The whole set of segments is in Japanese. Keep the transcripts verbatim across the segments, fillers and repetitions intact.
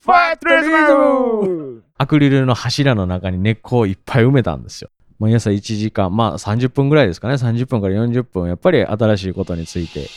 ファイトリズム。アクリルの柱の中に根っこをいっぱい埋めたんですよ。毎朝いちじかん、まあさんじゅっぷんぐらいですかね。さんじゅっぷんからよんじゅっぷん、やっぱり新しいことについて。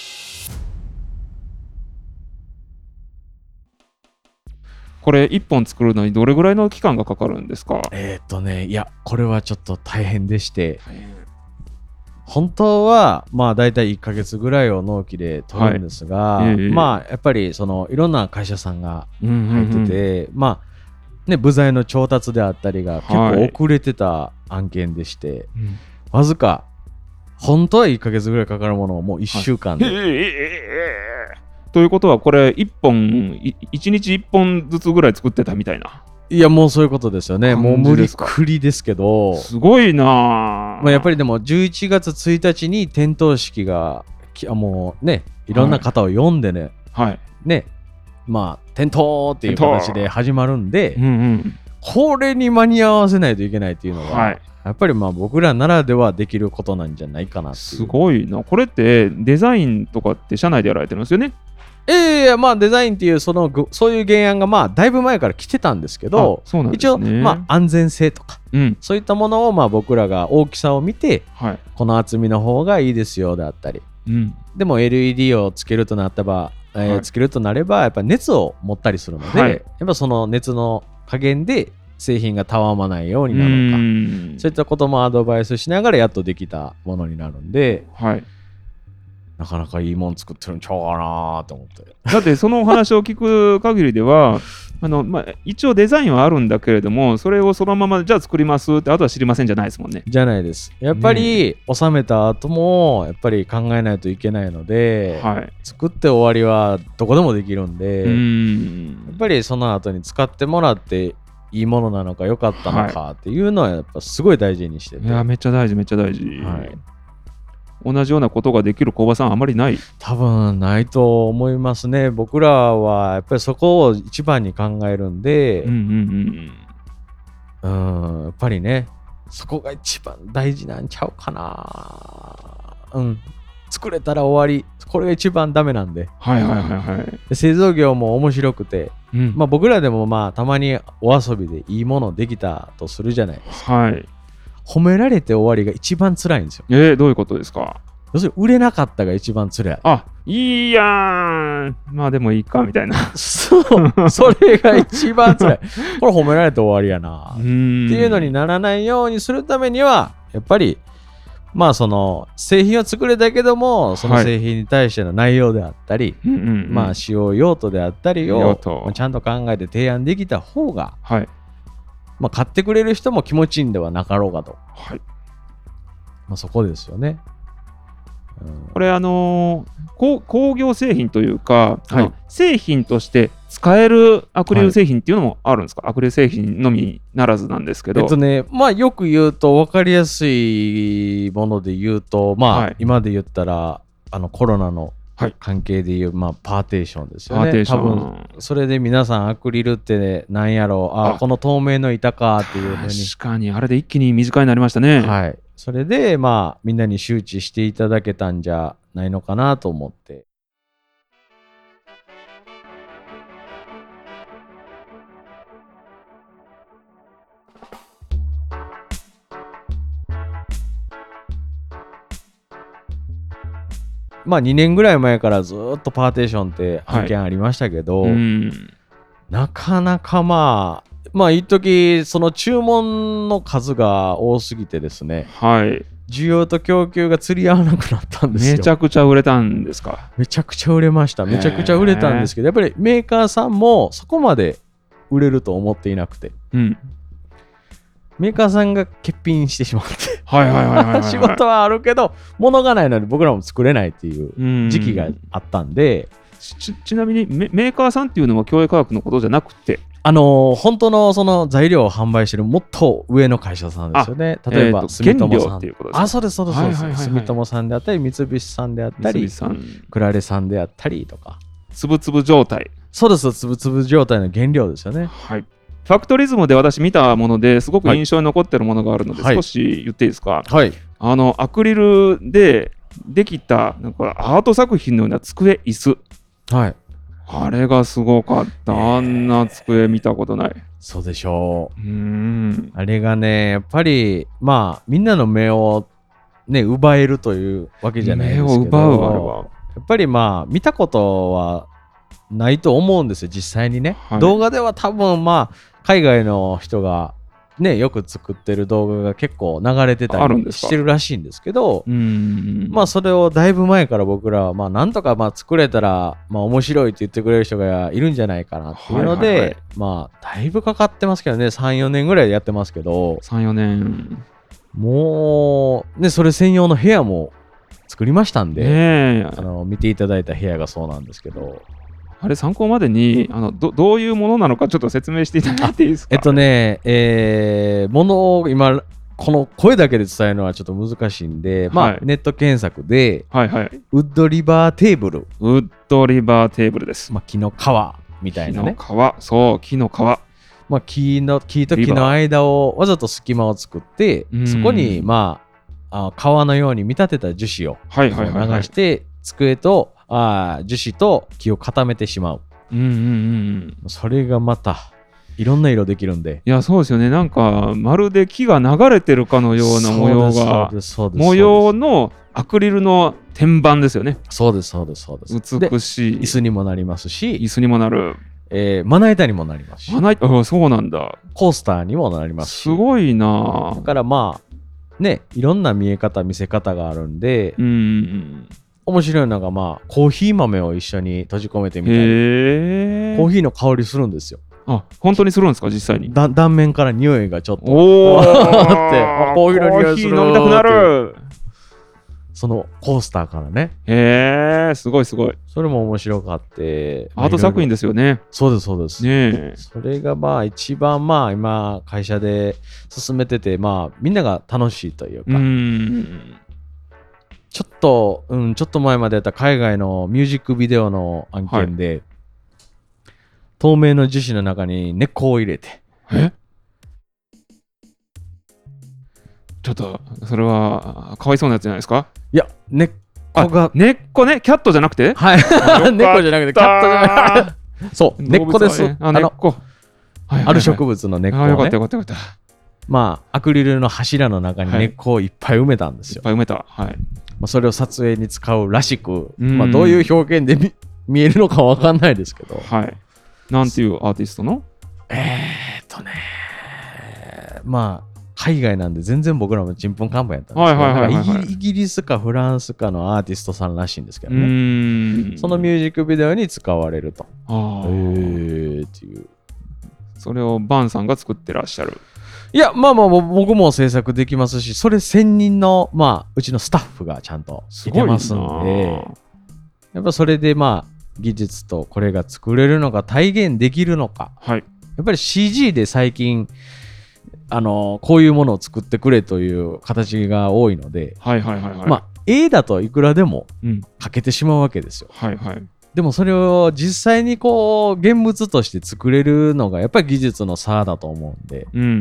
これいっぽん作るのにどれぐらいの期間がかかるんですか？ えーっとね、いや、これはちょっと大変でして、本当はまあ大体いっかげつぐらいを納期で取るんですが、はいえー、まあやっぱりそのいろんな会社さんが入ってて、うんうんうん、まあね、部材の調達であったりが結構遅れてた案件でして、はい、わずか本当はいっかげつぐらいかかるものをもういっしゅうかんで、はいということはこれいっぽんいちにちいっぽんずつぐらい作ってたみたいな。 いやもうそういうことですよね。もう無理くりですけどすごいな、 まあ、やっぱりでもじゅういちがつついたちに点灯式がもうねいろんな方を呼んでね、はい、ねまあ点灯っていう形で始まるんで、うんうん、これに間に合わせないといけないっていうのは、はい、やっぱりまあ僕らならではできることなんじゃないかなっていう。 すごいな。これってデザインとかって社内でやられてるんですよね？ ええー、まあデザインっていうそのそういう原案がまあだいぶ前から来てたんですけど、 そうなんですね、 一応まあ安全性とか、うん、そういったものをまあ僕らが大きさを見て、はい、この厚みの方がいいですよであったり、うん、でも エルイーディー をつけるとなったば、えーはい、つけるとなればやっぱり熱を持ったりするので、はい、やっぱその熱の加減で製品がたわまないようになるのか、そういったこともアドバイスしながらやっとできたものになるんで、はいなかなかいいもん作ってるんちゃうかなと思って。 だってそのお話を聞く限りではあの、まあ、一応デザインはあるんだけれどもそれをそのままじゃあ作りますってあとは知りませんじゃないですもんね。 じゃないです。やっぱり、ね、収めた後もやっぱり考えないといけないので、はい、作って終わりはどこでもできるんでうんやっぱりその後に使ってもらっていいものなのか良かったのかっていうのはやっぱすごい大事にしてて、 いやめっちゃ大事めっちゃ大事、はい同じようなことができる工場さんあまりない？ 多分ないと思いますね。僕らはやっぱりそこを一番に考えるんで、うんうんうん、うんやっぱりねそこが一番大事なんちゃうかな。うん作れたら終わりこれが一番ダメなんで、はいはいはいはい、で製造業も面白くて、うんまあ、僕らでもまあたまにお遊びでいいものできたとするじゃないですか。はい褒められて終わりが一番辛いんですよ。 えー、どういうことですか？ 要するに売れなかったが一番辛い。 あ、いいやんまあでもいいかみたいなそうそれが一番辛いこれ褒められて終わりやなっていうのにならないようにするためにはやっぱりまあその製品は作れたけどもその製品に対しての内容であったり、はいまあ使用用途であったりをちゃんと考えて提案できた方が、はいまあ、買ってくれる人も気持ちいいんではなかろうかと、はいまあ、そこですよね、 うん、これあのー、工業製品というか、はい、製品として使えるアクリル製品っていうのもあるんですか？はい、アクリル製品のみならずなんですけど、 えっとねまあよく言うと分かりやすいもので言うとまあ、はい、今で言ったらあのコロナの関係でいう、まあ、パーテーションですよね。多分それで皆さんアクリルって何やろうああこの透明の板かっていうふうに確かにあれで一気に短くなりましたね。 はいそれでまあみんなに周知していただけたんじゃないのかなと思ってまあにねんぐらい前からずっとパーテーションって案件ありましたけど、はい、うんなかなかまあまあ一時その注文の数が多すぎてですね、はい、需要と供給が釣り合わなくなったんですよ。 めちゃくちゃ売れたんですか？ めちゃくちゃ売れました。めちゃくちゃ売れたんですけどやっぱりメーカーさんもそこまで売れると思っていなくて、うん、メーカーさんが欠品してしまって仕事はあるけど物がないので僕らも作れないっていう時期があったんで、 ち, ちなみに メ, メーカーさんっていうのは共栄化学のことじゃなくてあのー、本当のその材料を販売してるもっと上の会社さんですよね。例えば、えー、住友さんっていうことですか？あ、そうですそうですそうです、はいはいはいはい、住友さんであったり三菱さんであったりクラレさんであったりとかつぶつぶ状態そうですつぶつぶ状態の原料ですよね。 はい。ファクトリズムで私見たものですごく印象に残ってるものがあるので、はい、少し言っていいですか？はい。あのアクリルでできたなんかアート作品のような机椅子はいあれがすごかった。あんな机見たことない。 そうでしょう。 うーん。 あれがね、やっぱり、まあ、みんなの目をね、奪えるというわけじゃないですけど、 目を奪うあれは。 やっぱりまあ、見たことはないと思うんですよ、実際にね。 はい、 動画では多分まあ、海外の人がね、よく作ってる動画が結構流れてたりしてるらしいんですけど、 うん、 まあそれをだいぶ前から僕らはまあなんとかまあ作れたらまあ面白いって言ってくれる人がいるんじゃないかなっていうので、はいはいはい、まあだいぶかかってますけどね、さん、よねんぐらいでやってますけど、 さん、よねんもうね、それ専用の部屋も作りましたんで、 ね、 あの見ていただいた部屋がそうなんですけど、 あれ参考までにあの ど, どういうものなのかちょっと説明していただいていいですか。 えっとね、えー、ものを今この声だけで伝えるのはちょっと難しいんで、まあ、はい、ネット検索で、 はいはい、 ウッドリバーテーブル、 ウッドリバーテーブルです。 まあ、木の皮みたいなね。 木の皮、そう木の皮。 まあ、木の木と木の間をわざと隙間を作って、そこにまああ皮のように見立てた樹脂を流して、机とあ樹脂と木を固めてしまう。 うんうんうん、 それがまたいろんな色できるんで。 いやそうですよね。なんかまるで木が流れてるかのような模様が、模様のアクリルの天板ですよね。 そうですそうですそうです。 美しい。 椅子にもなりますし、 椅子にもなる。 えー、まな板にもなりますし、 まな板、あ、そうなんだ。 コースターにもなりますし。 すごいな。 だからまあね、いろんな見え方見せ方があるんで、 うん、 面白いのがまあコーヒー豆を一緒に閉じ込めてみたり、コーヒーの香りするんですよ。 あ、本当にするんですか、実際に。 だ断面から匂いがちょっとおーってあ、コーヒーの匂いする。 コーヒー飲みたくなる。 そのコースターからね。 へえ、すごいすごい。 それも面白かって。 アート作品ですよね。 そうですそうです。 ね、 それがまあ一番まあ今会社で進めてて、まあみんなが楽しいというか。 うん、 ちょっと、うん、ちょっと前までやった海外のミュージックビデオの案件で、はい、透明の樹脂の中に根っこを入れて。 えちょっとそれはかわいそうなやつじゃないですか。 いや、根っこが根っこね、キャットじゃなくて、 はい根っこじゃなくてキャットじゃなくてそう根っこです。 ね、あ根っこ、 はいはいはい、ある植物の根っこを、ね、 あよかったよかったよかった。 まあアクリルの柱の中に根っこをいっぱい埋めたんですよ。 はい、いっぱい埋めた。はい。 まあ、それを撮影に使うらしく、まあ、どういう表現で 見, 見えるのかわかんないですけど。 はい。なんていうアーティストの？ えーっとね、まあ海外なんで全然僕らもちんぷんかんぷんやったんですけど、はいはいはいはい、イギリスかフランスかのアーティストさんらしいんですけどね。うーん、そのミュージックビデオに使われると。あー、えーっていう。 それをバンさんが作ってらっしゃる。 いや、まあまあ僕も制作できますし、それ専任の、まあ、うちのスタッフがちゃんといてますんで、やっぱそれでまあ技術とこれが作れるのか体現できるのか、はい、やっぱり シージー で最近あのこういうものを作ってくれという形が多いので、はいはいはいはい、まあ絵だといくらでも描けてしまうわけですよ、うん、はいはい。でもそれを実際にこう現物として作れるのがやっぱり技術の差だと思うんで、うん、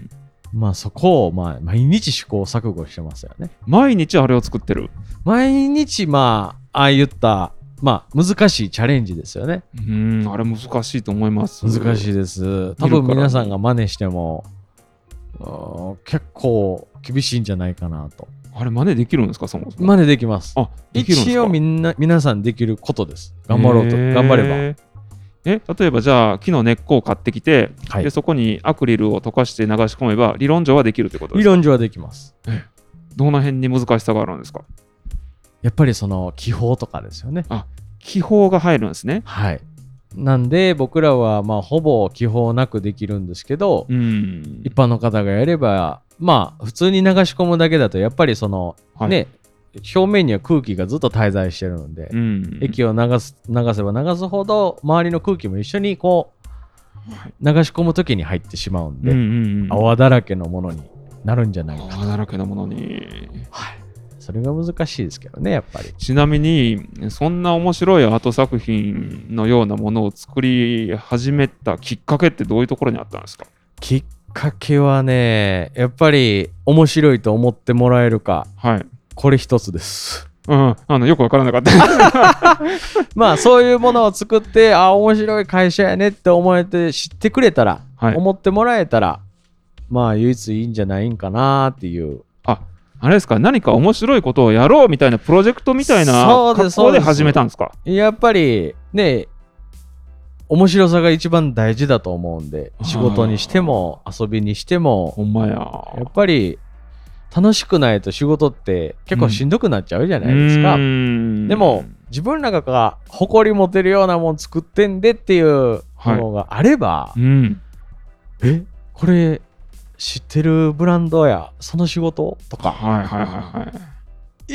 まあそこをまあ毎日試行錯誤してますよね。 毎日あれを作ってる。 毎日まあああいったまあ難しいチャレンジですよね。 うん、あれ難しいと思います。 難しいです。多分皆さんが真似しても結構厳しいんじゃないかなと。 あれ真似できるんですか、そもそも。 真似できます。あ、できるんですか。一応みんな皆さんできることです。頑張ろうと頑張れば。 え例えばじゃあ木の根っこを買ってきて、はい、でそこにアクリルを溶かして流し込めば理論上はできるってことですか。 理論上はできます。 えどの辺に難しさがあるんですか。 やっぱりその気泡とかですよね。 あ、気泡が入るんですね。 はい。なんで僕らはまあほぼ気泡なくできるんですけど、うん、一般の方がやればまあ普通に流し込むだけだとやっぱりその、はい、ね表面には空気がずっと滞在してるので、うん、液を流す流せば流すほど周りの空気も一緒にこう流し込む時に入ってしまうんで、うんうんうん、泡だらけのものになるんじゃないかと。 泡だらけのものに、 はい、それが難しいですけどね、やっぱり。 ちなみにそんな面白いアート作品のようなものを作り始めたきっかけってどういうところにあったんですか。 きっかけはね、やっぱり面白いと思ってもらえるか、はい、これ一つです。 うん、あのよくわからなかったまあそういうものを作って、あ面白い会社やねって思えて知ってくれたら、はい、思ってもらえたらまあ唯一いいんじゃないんかなっていう。 ああれですか、何か面白いことをやろうみたいなプロジェクトみたいな格好で始めたんですか？ やっぱりね、面白さが一番大事だと思うんで、仕事にしても遊びにしても、 ほんまや、 やっぱり楽しくないと仕事って結構しんどくなっちゃうじゃないですか。うん、でも自分らが誇り持てるようなもん作ってんでっていうものがあれば、はい、うん、えこれ知ってるブランドやその仕事とか、はいはいはいはい、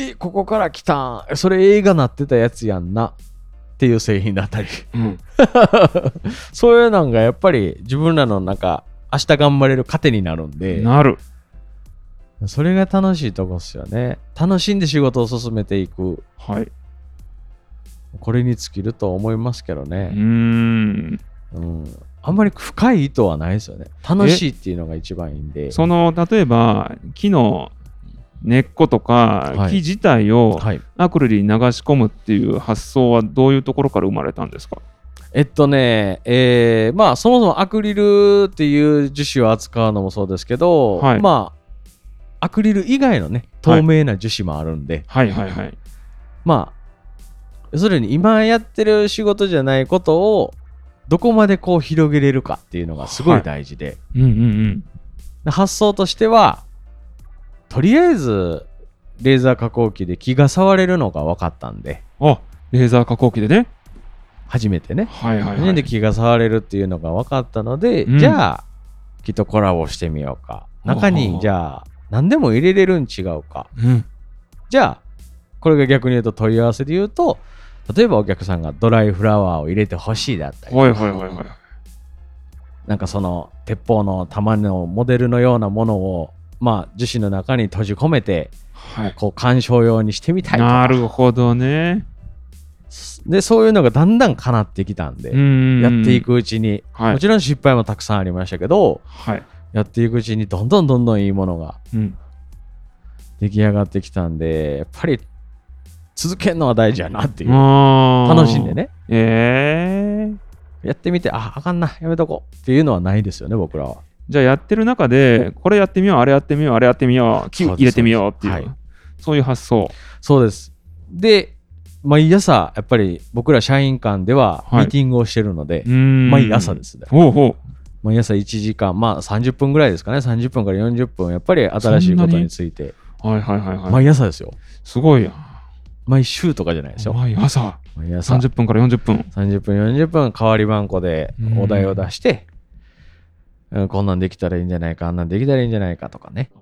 えここから来たんそれ映画なってたやつやんなっていう製品だったり、うん、そういうのがやっぱり自分らのなんか明日頑張れる糧になるんで、 なる、 それが楽しいとこっすよね。楽しんで仕事を進めていく、はい、これに尽きると思いますけどね。うーん、うん、あんまり深い意図はないですよね。楽しいっていうのが一番いいんで。 その例えば木の根っことか、はい、木自体をアクリルに流し込むっていう発想はどういうところから生まれたんですか？ えっとね、えー、まあそもそもアクリルっていう樹脂を扱うのもそうですけど、はい、まあアクリル以外のね透明な樹脂もあるんで、はいはいはいはい、まあ要するに今やってる仕事じゃないことをどこまでこう広げれるかっていうのがすごい大事で、はい、うんうんうん、発想としてはとりあえずレーザー加工機で木が触れるのが分かったんで、 あレーザー加工機でね初めてね、はいはいはい、で木が触れるっていうのが分かったので、うん、じゃあ木とコラボしてみようか、中にじゃあ何でも入れれるん違うか、うん、じゃあこれが逆に言うと問い合わせで言うと、例えばお客さんがドライフラワーを入れてほしいだったり、はいはいはいはい、なんかその鉄砲の弾のモデルのようなものをまあ樹脂の中に閉じ込めて、はい、こう鑑賞用にしてみたいとか。 なるほどね。 でそういうのがだんだん叶ってきたんで、んやっていくうちに、はい、もちろん失敗もたくさんありましたけど、はい、やっていくうちにどんどんどんどんいいものが出来上がってきたんで、やっぱり続けるのは大事やなっていう、楽しんでね、えー、やってみてああかんなやめとこうっていうのはないですよね僕らは。 じゃあやってる中でこれやってみようあれやってみようあれやってみよう木入れてみようっていう、はい、そういう発想。 そうです。で毎朝やっぱり僕ら社員間ではミーティングをしてるので、はい、毎朝ですね。ほうほう、毎朝いちじかん、まあさんじゅっぷんぐらいですかね、さんじゅっぷんからよんじゅっぷんやっぱり新しいことについて、はいはいはいはい、毎朝ですよ。 すごいやん。 毎週とかじゃないですよ。 毎朝毎朝さんじゅっぷんからよんじゅっぷんさんじゅっぷんよんじゅっぷん代わり番号でお題を出して、うん、こんなんできたらいいんじゃないかあんなんできたらいいんじゃないかとかね。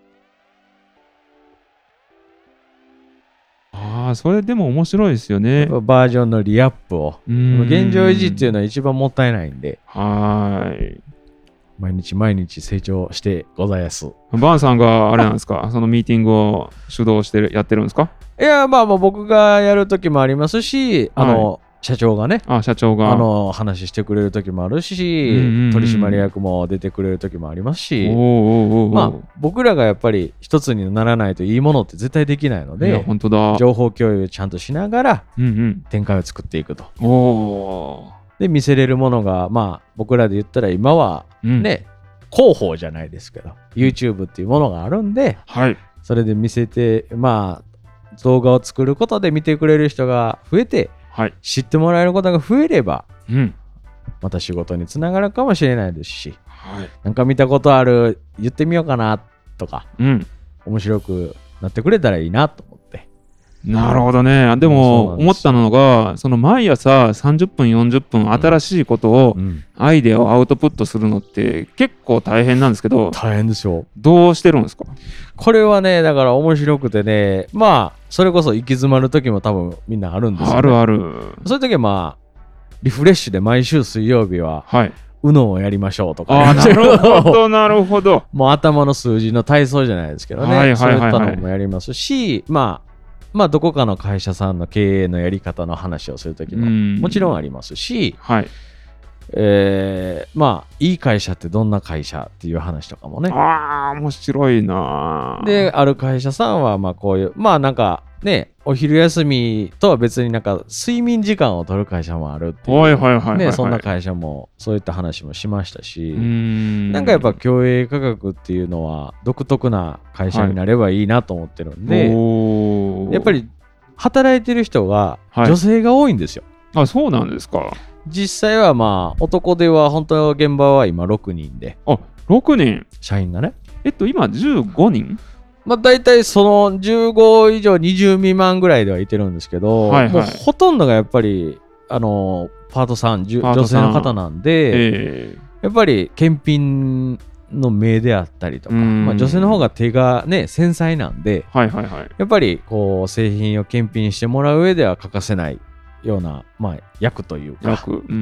ああそれでも面白いですよね。 バージョンのリアップを、現状維持っていうのは一番もったいないんで、はい毎日毎日成長してございます。 バンさんがあれなんですかそのミーティングを主導してるやってるんですか？ いやまあまあ僕がやる時もありますし、あの、はい、社長がねあ社長があの話してくれる時もあるし、うんうんうん、取締役も出てくれる時もありますし、おーおーおーまあ僕らがやっぱり一つにならないといいものって絶対できないので、いや本当だ、情報共有ちゃんとしながら展開を作っていくと、うんうん、おで見せれるものがまあ僕らで言ったら今はね、うん、広報じゃないですけど YouTube っていうものがあるんで、はい、それで見せてまあ動画を作ることで見てくれる人が増えて、はい、知ってもらえることが増えれば、うん、また仕事につながるかもしれないですし、はい、なんか見たことある言ってみようかなとか、うん、面白くなってくれたらいいなと思って。 なるほどね。でも思ったのがその毎朝さんじゅっぷんよんじゅっぷん新しいことを、うん、アイデアをアウトプットするのって結構大変なんですけど、 大変ですよ。 どうしてるんですか？ これはねだから面白くてね、まあそれこそ行き詰まる時も多分みんなあるんですよね。 あるある。 そういう時はまあリフレッシュで毎週水曜日は、はい、ウノをやりましょうとか、 あなるほどなるほどもう頭の数字の体操じゃないですけどね、はいはいはいはい、そういったのもやりますし、まあまあどこかの会社さんの経営のやり方の話をするときももちろんありますし、はい、 えー、まあいい会社ってどんな会社っていう話とかもね。 ああ面白いな。 である会社さんはまあこういうまあなんかねお昼休みとは別になんか睡眠時間を取る会社もあるっていう、 はいはいはいはい、はい、 ね、そんな会社もそういった話もしましたし、 うーんなんかやっぱ共栄化学っていうのは独特な会社になればいいなと思ってるんで、はい、やっぱり働いてる人が女性が多いんですよ。 はい、あ、そうなんですか。 実際はまあ男では本当現場は今ろくにんで、 あ、ろくにん社員がね、 えっと今じゅうごにん、 まあ大体そのじゅうご以上にじゅう未満ぐらいではいてるんですけど、はいはい、もうほとんどがやっぱりあのパートさん、女性の方なんで、えー、やっぱり検品の目であったりとか、まあ、女性の方が手がね繊細なんで、はいはいはい、やっぱりこう製品を検品してもらう上では欠かせないような、まあ、役というか、役、うんうんうん、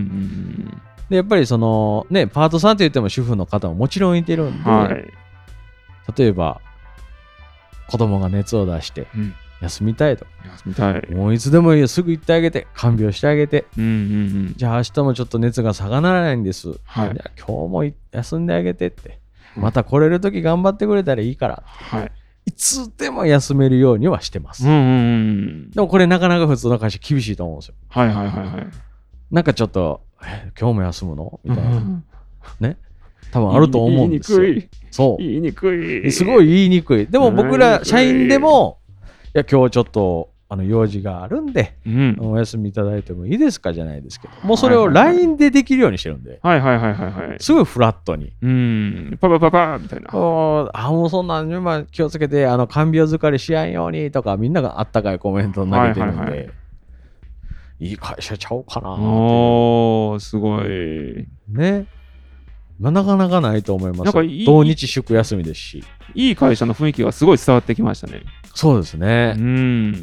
でやっぱりそのねパートさんといっても主婦の方ももちろんいてるんで、はい、例えば子供が熱を出して、うん、休みたいと、 休みたい、 もういつでもいいよ、すぐ行ってあげて看病してあげて、うんうんうん、じゃあ明日もちょっと熱が下がらないんです、はい、じゃあ今日も休んであげてって、うん、また来れる時頑張ってくれたらいいから、はい、いつでも休めるようにはしてます、うんうんうん、でもこれなかなか普通の会社厳しいと思うんですよ。はいはいはいはい。なんかちょっとえ今日も休むのみたいな、うん、ね、多分あると思うんですよ。 言いにくい。 そう言いにくい。 すごい言いにくい。でも僕ら社員でもいや今日ちょっとあの用事があるんで、うん、お休みいただいてもいいですかじゃないですけど、もうそれを ライン でできるようにしてるんで、 はいはいはいはいはい、 すごいフラットに、 うん、パパパパみたいな、 あもうそんなん、まあ、気をつけてあの看病疲れしやんようにとかみんながあったかいコメント投げてるんで、はいはいはい、いい会社ちゃうかなって。 おーすごいね。まあ、なかなかないと思います。なんかいい土日祝休みですし、 いい会社の雰囲気がすごい伝わってきましたね。 そうですね。うん、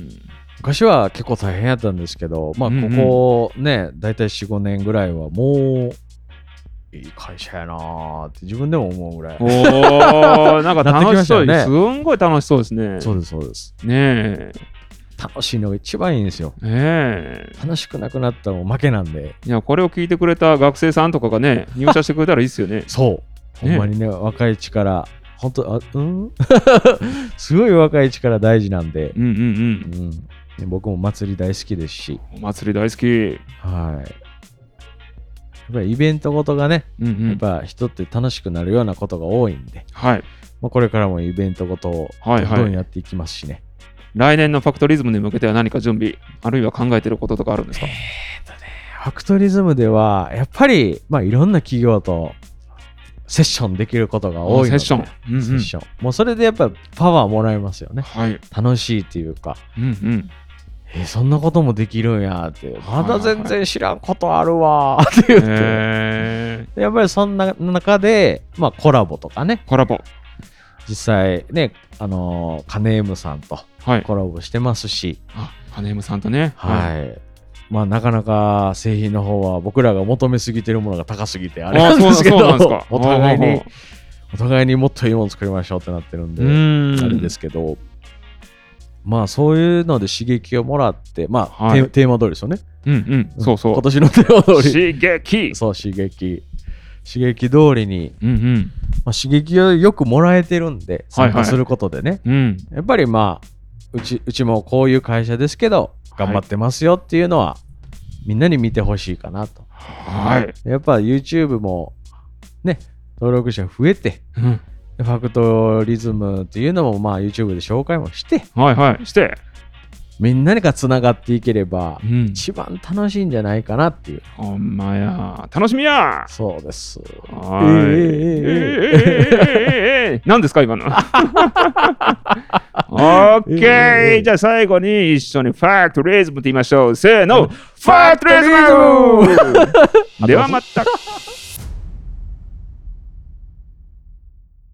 昔は結構大変やったんですけど、まあここね、うんうん、だいたい よん,ご 年ぐらいはもういい会社やなーって自分でも思うぐらい。おーなんか楽しそうですね。すんごい楽しそうですね。 そうですそうです。 ねえ。 楽しいのが一番いいんですよ。 ねえ。 楽しくなくなったらもう負けなんで。 いやこれを聞いてくれた学生さんとかがね入社してくれたらいいですよね。 そう。ね、ほんまにね若い力本当あうんすごい若い力大事なんで。うんうんうん。うん、僕も祭り大好きですし。 お祭り大好き。 はい。やっぱりイベントごとがね、うんうん、やっぱ人って楽しくなるようなことが多いんで、はい、まあこれからもイベントごとをどんどんやっていきますしね。 はいはい、来年のファクトリズムに向けては何か準備あるいは考えていることとかあるんですか？ えーとね、ファクトリズムではやっぱり、まあ、いろんな企業とセッションできることが多いので、 セッション、 うんうん、セッションもうそれでやっぱパワーもらえますよね、はい、楽しいっていうか、うんうんえー、そんなこともできるんやって、まだ全然知らんことあるわって言って、えー、やっぱりそんな中で、まあ、コラボとかね、 コラボ実際ね、あのー、カネームさんとコラボしてますし、 はい、あカネームさんとね、 はい、はい、まあなかなか製品の方は僕らが求めすぎてるものが高すぎてあれなんですけど、お互いにお互いにもっといいもの作りましょうってなってるんで、うんあれですけど、まあそういうので刺激をもらって、まあ、はい、テーマ通りですよね。 うんうん、そうそう。 今年のテーマ通り。 刺激。 そう刺激。刺激通りに、うんうんまあ、刺激をよくもらえてるんで参加することでね、はいはいうん、やっぱりまあうちうちもこういう会社ですけど頑張ってますよっていうのは、はい、みんなに見てほしいかなと。はい。やっぱ YouTube もね登録者増えて。うんファクトリズムっていうのもまあ YouTube で紹介もしてはいはいしてみんながつながっていければ一番楽しいんじゃないかなっていう、 うん、ほんまや楽しみやそうですはいえー、 えー、えー、えー、えー、何ですか今のオッケーじゃあ最後に一緒にファクトリズムって言いましょうせーのファクトリズムではまた